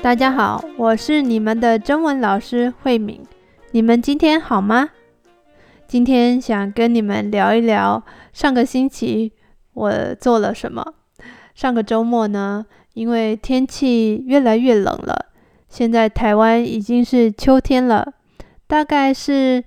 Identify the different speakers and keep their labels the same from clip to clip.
Speaker 1: 大家好，我是你们的中文老师慧敏。你们今天好吗？今天想跟你们聊一聊上个星期我做了什么。上个周末呢，因为天气越来越冷了，现在台湾已经是秋天了，大概是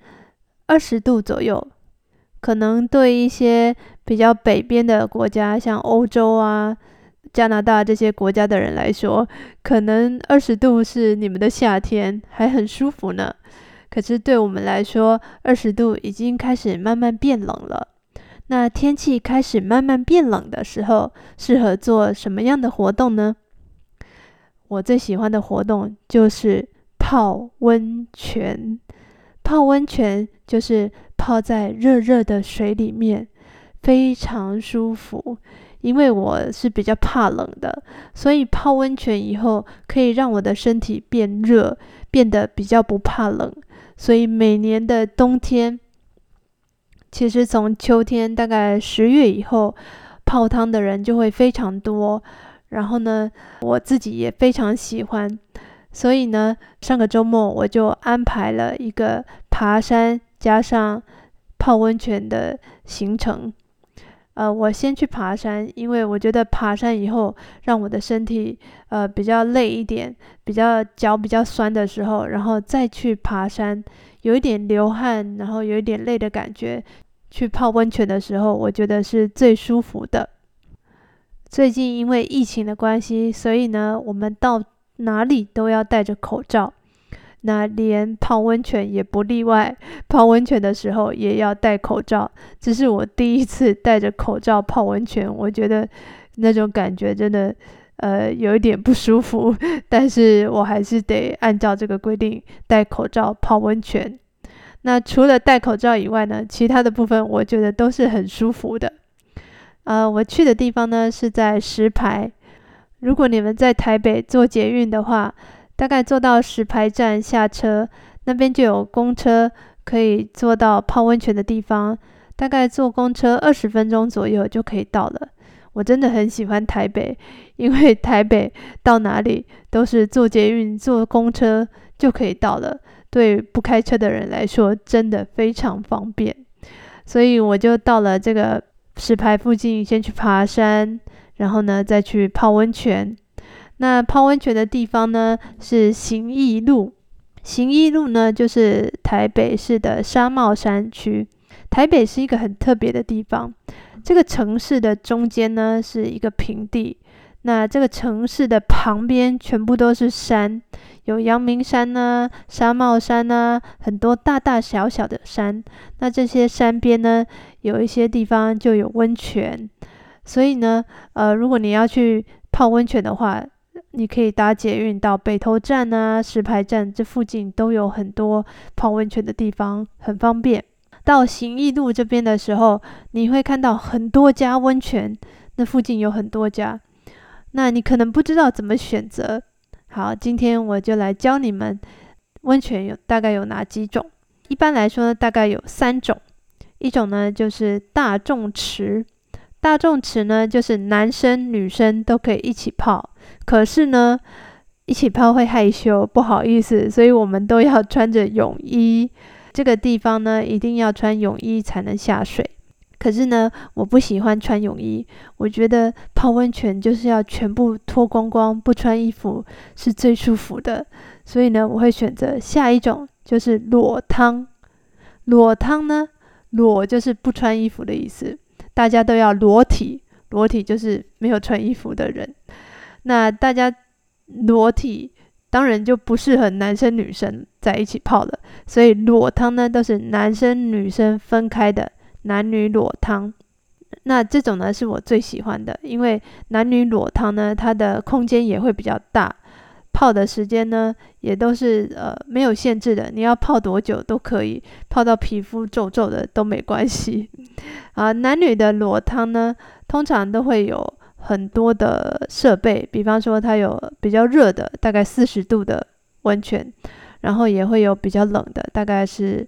Speaker 1: 20度左右。可能对一些比较北边的国家，像欧洲啊、加拿大这些国家的人来说，可能20度是你们的夏天，还很舒服呢。可是对我们来说，20度已经开始慢慢变冷了。那天气开始慢慢变冷的时候，适合做什么样的活动呢？我最喜欢的活动就是泡温泉。泡温泉就是泡在热热的水里面，非常舒服。因为我是比较怕冷的，所以泡温泉以后可以让我的身体变热，变得比较不怕冷。所以每年的冬天，其实从秋天大概10月以后，泡汤的人就会非常多。然后呢，我自己也非常喜欢。所以呢，上个周末我就安排了一个爬山加上泡温泉的行程。我先去爬山，因为我觉得爬山以后让我的身体比较累一点，脚比较酸的时候，然后再去爬山，有一点流汗，然后有一点累的感觉，去泡温泉的时候，我觉得是最舒服的。最近因为疫情的关系，所以呢，我们到哪里都要戴着口罩，那连泡温泉也不例外，泡温泉的时候也要戴口罩。这是我第一次戴着口罩泡温泉，我觉得那种感觉真的有一点不舒服，但是我还是得按照这个规定戴口罩泡温泉。那除了戴口罩以外呢，其他的部分我觉得都是很舒服的。我去的地方呢是在石牌。如果你们在台北坐捷运的话，大概坐到石牌站下车，那边就有公车可以坐到泡温泉的地方，大概坐公车20分钟左右就可以到了。我真的很喜欢台北，因为台北到哪里都是坐捷运、坐公车就可以到了，对不开车的人来说真的非常方便。所以我就到了这个石牌附近，先去爬山，然后呢再去泡温泉。那泡温泉的地方呢是行义路。行义路呢就是台北市的纱帽山区。台北是一个很特别的地方，这个城市的中间呢是一个平地，那这个城市的旁边全部都是山，有阳明山啊、纱帽山啊，很多大大小小的山。那这些山边呢，有一些地方就有温泉。所以呢，如果你要去泡温泉的话，你可以搭捷运到北投站啊、石牌站，这附近都有很多泡温泉的地方，很方便。到行义路这边的时候，你会看到很多家温泉，那附近有很多家，那你可能不知道怎么选择。好，今天我就来教你们温泉大概有哪几种。一般来说呢，大概有3种。一种呢就是大众池。大众池呢就是男生女生都可以一起泡，可是呢一起泡会害羞，不好意思，所以我们都要穿着泳衣。这个地方呢一定要穿泳衣才能下水。可是呢我不喜欢穿泳衣，我觉得泡温泉就是要全部脱光光，不穿衣服是最舒服的。所以呢我会选择下一种，就是裸汤。裸汤呢，裸就是不穿衣服的意思，大家都要裸体，裸体就是没有穿衣服的人。那大家裸体当然就不适合男生女生在一起泡了，所以裸汤呢都是男生女生分开的，男女裸汤。那这种呢是我最喜欢的，因为男女裸汤呢它的空间也会比较大，泡的时间呢也都是没有限制的，你要泡多久都可以，泡到皮肤皱皱的都没关系。男女的裸汤呢通常都会有很多的设备，比方说它有比较热的大概40度的温泉，然后也会有比较冷的大概是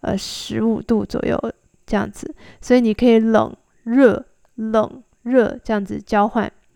Speaker 1: 15度左右这样子，所以你可以冷热冷热这样子交换。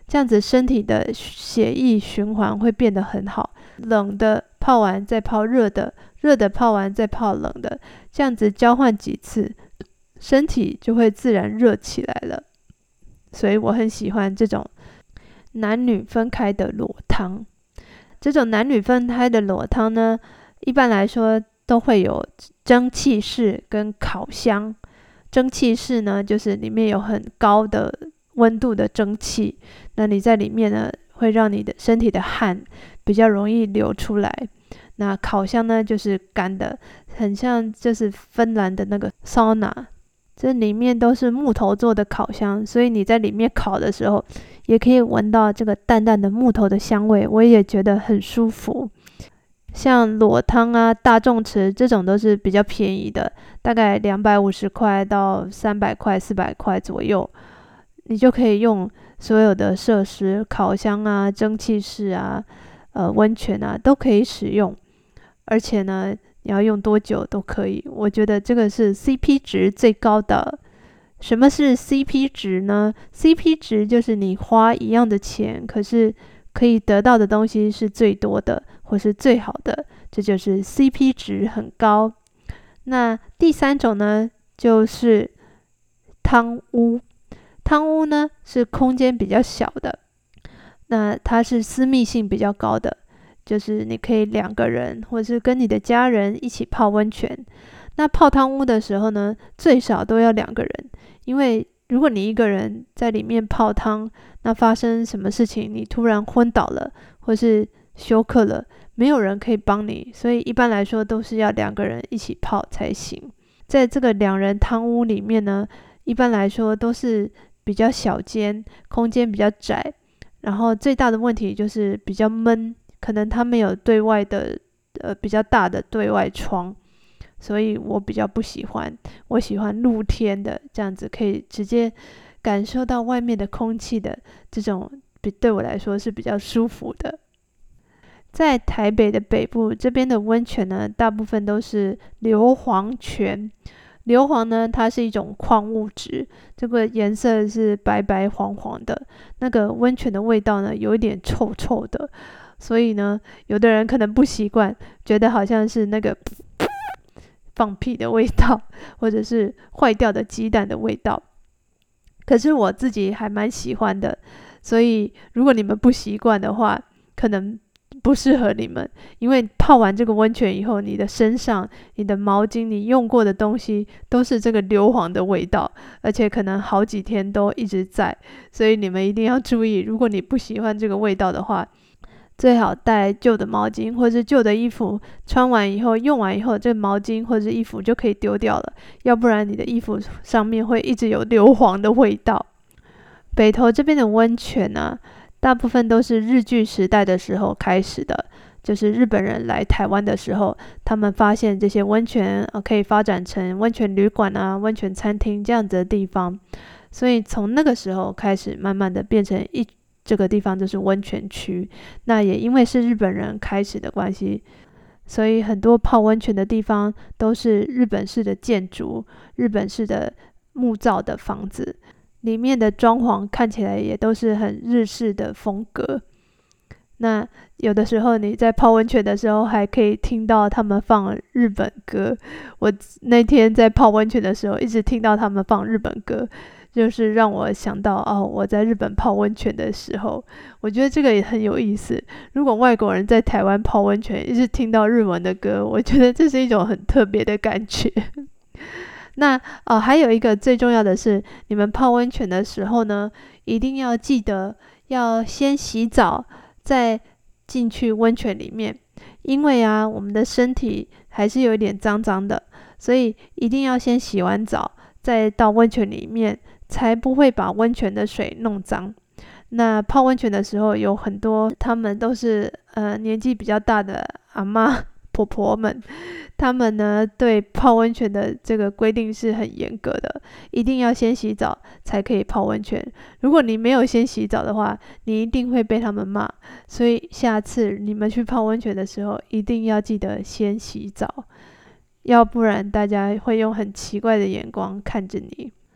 Speaker 1: 这样子身体的血液循环会变得很好。冷的泡完再泡热的，热的泡完再泡冷的，这样子交换几次，身体就会自然热起来了。所以我很喜欢这种男女分开的裸汤。这种男女分开的裸汤呢，一般来说都会有蒸汽式跟烤箱。蒸汽式呢，就是里面有很高的温度的蒸汽，那你在里面呢，会让你的身体的汗比较容易流出来。那烤箱呢，就是干的，很像就是芬兰的那个桑拿，这里面都是木头做的烤箱，所以你在里面烤的时候，也可以闻到这个淡淡的木头的香味，我也觉得很舒服。像裸汤啊、大众池这种都是比较便宜的，大概250块到300块、400块左右，你就可以用所有的设施，烤箱啊、蒸汽室啊、温泉啊都可以使用，而且呢，你要用多久都可以。我觉得这个是 CP 值最高的。什么是 CP 值呢？ CP 值就是你花一样的钱，可是可以得到的东西是最多的或是最好的，这就是 CP 值很高。那第三种呢，就是汤屋。汤屋呢是空间比较小的，那它是私密性比较高的，就是你可以2个人或是跟你的家人一起泡温泉。那泡汤屋的时候呢，最少都要2个人，因为如果你一个人在里面泡汤，那发生什么事情，你突然昏倒了或是休克了，没有人可以帮你，所以一般来说都是要2个人一起泡才行。在这个2人汤屋里面呢，一般来说都是比较小间，空间比较窄，然后最大的问题就是比较闷，可能它没有对外的比较大的对外窗，所以我比较不喜欢。我喜欢露天的，这样子可以直接感受到外面的空气的这种，对我来说是比较舒服的。在台北的北部这边的温泉呢，大部分都是硫磺泉。硫磺呢，它是一种矿物质，这个颜色是白白黄黄的，那个温泉的味道呢，有一点臭臭的，所以呢，有的人可能不习惯，觉得好像是那个放屁的味道，或者是坏掉的鸡蛋的味道。可是我自己还蛮喜欢的，所以如果你们不习惯的话，可能不适合你们，因为泡完这个温泉以后，你的身上、你的毛巾、你用过的东西都是这个硫磺的味道，而且可能好几天都一直在，所以你们一定要注意，如果你不喜欢这个味道的话，最好带旧的毛巾或是旧的衣服，穿完以后、用完以后，这个毛巾或者衣服就可以丢掉了，要不然你的衣服上面会一直有硫磺的味道。北投这边的温泉啊，大部分都是日据时代的时候开始的，就是日本人来台湾的时候，他们发现这些温泉可以发展成温泉旅馆啊、温泉餐厅这样子的地方，所以从那个时候开始，慢慢的变成这个地方就是温泉区。那也因为是日本人开始的关系，所以很多泡温泉的地方都是日本式的建筑、日本式的木造的房子，里面的装潢看起来也都是很日式的风格。那有的时候你在泡温泉的时候还可以听到他们放日本歌，我那天在泡温泉的时候一直听到他们放日本歌，就是让我想到我在日本泡温泉的时候，我觉得这个也很有意思。如果外国人在台湾泡温泉一直听到日文的歌，我觉得这是一种很特别的感觉。那还有一个最重要的是，你们泡温泉的时候呢，一定要记得要先洗澡，再进去温泉里面，因为我们的身体还是有一点脏脏的，所以一定要先洗完澡，再到温泉里面，才不会把温泉的水弄脏。那泡温泉的时候，有很多他们都是年纪比较大的阿嬷婆婆们，他们呢对泡温泉的这个规定是很严格的，一定要先洗澡才可以泡温泉。如果你没有先洗澡的话，你一定会被他们骂。所以下次你们去泡温泉的时候，一定要记得先洗澡，要不然大家会用很奇怪的眼光看着你。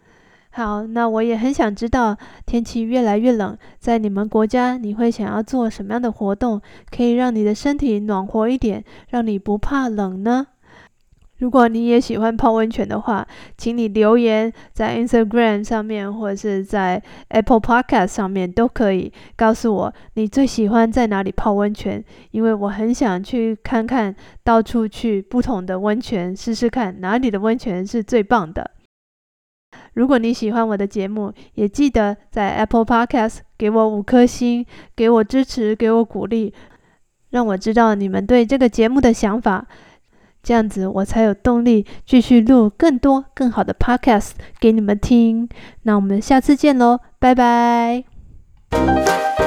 Speaker 1: 好，那我也很想知道，天气越来越冷，在你们国家，你会想要做什么样的活动，可以让你的身体暖和一点，让你不怕冷呢？如果你也喜欢泡温泉的话，请你留言在 Instagram 上面，或者是在 Apple Podcast 上面都可以告诉我你最喜欢在哪里泡温泉，因为我很想去看看，到处去不同的温泉试试看哪里的温泉是最棒的。如果你喜欢我的节目，也记得在 Apple Podcast 给我5颗星，给我支持，给我鼓励，让我知道你们对这个节目的想法。这样子我才有动力继续录更多更好的 podcast 给你们听。那我们下次见咯，拜拜。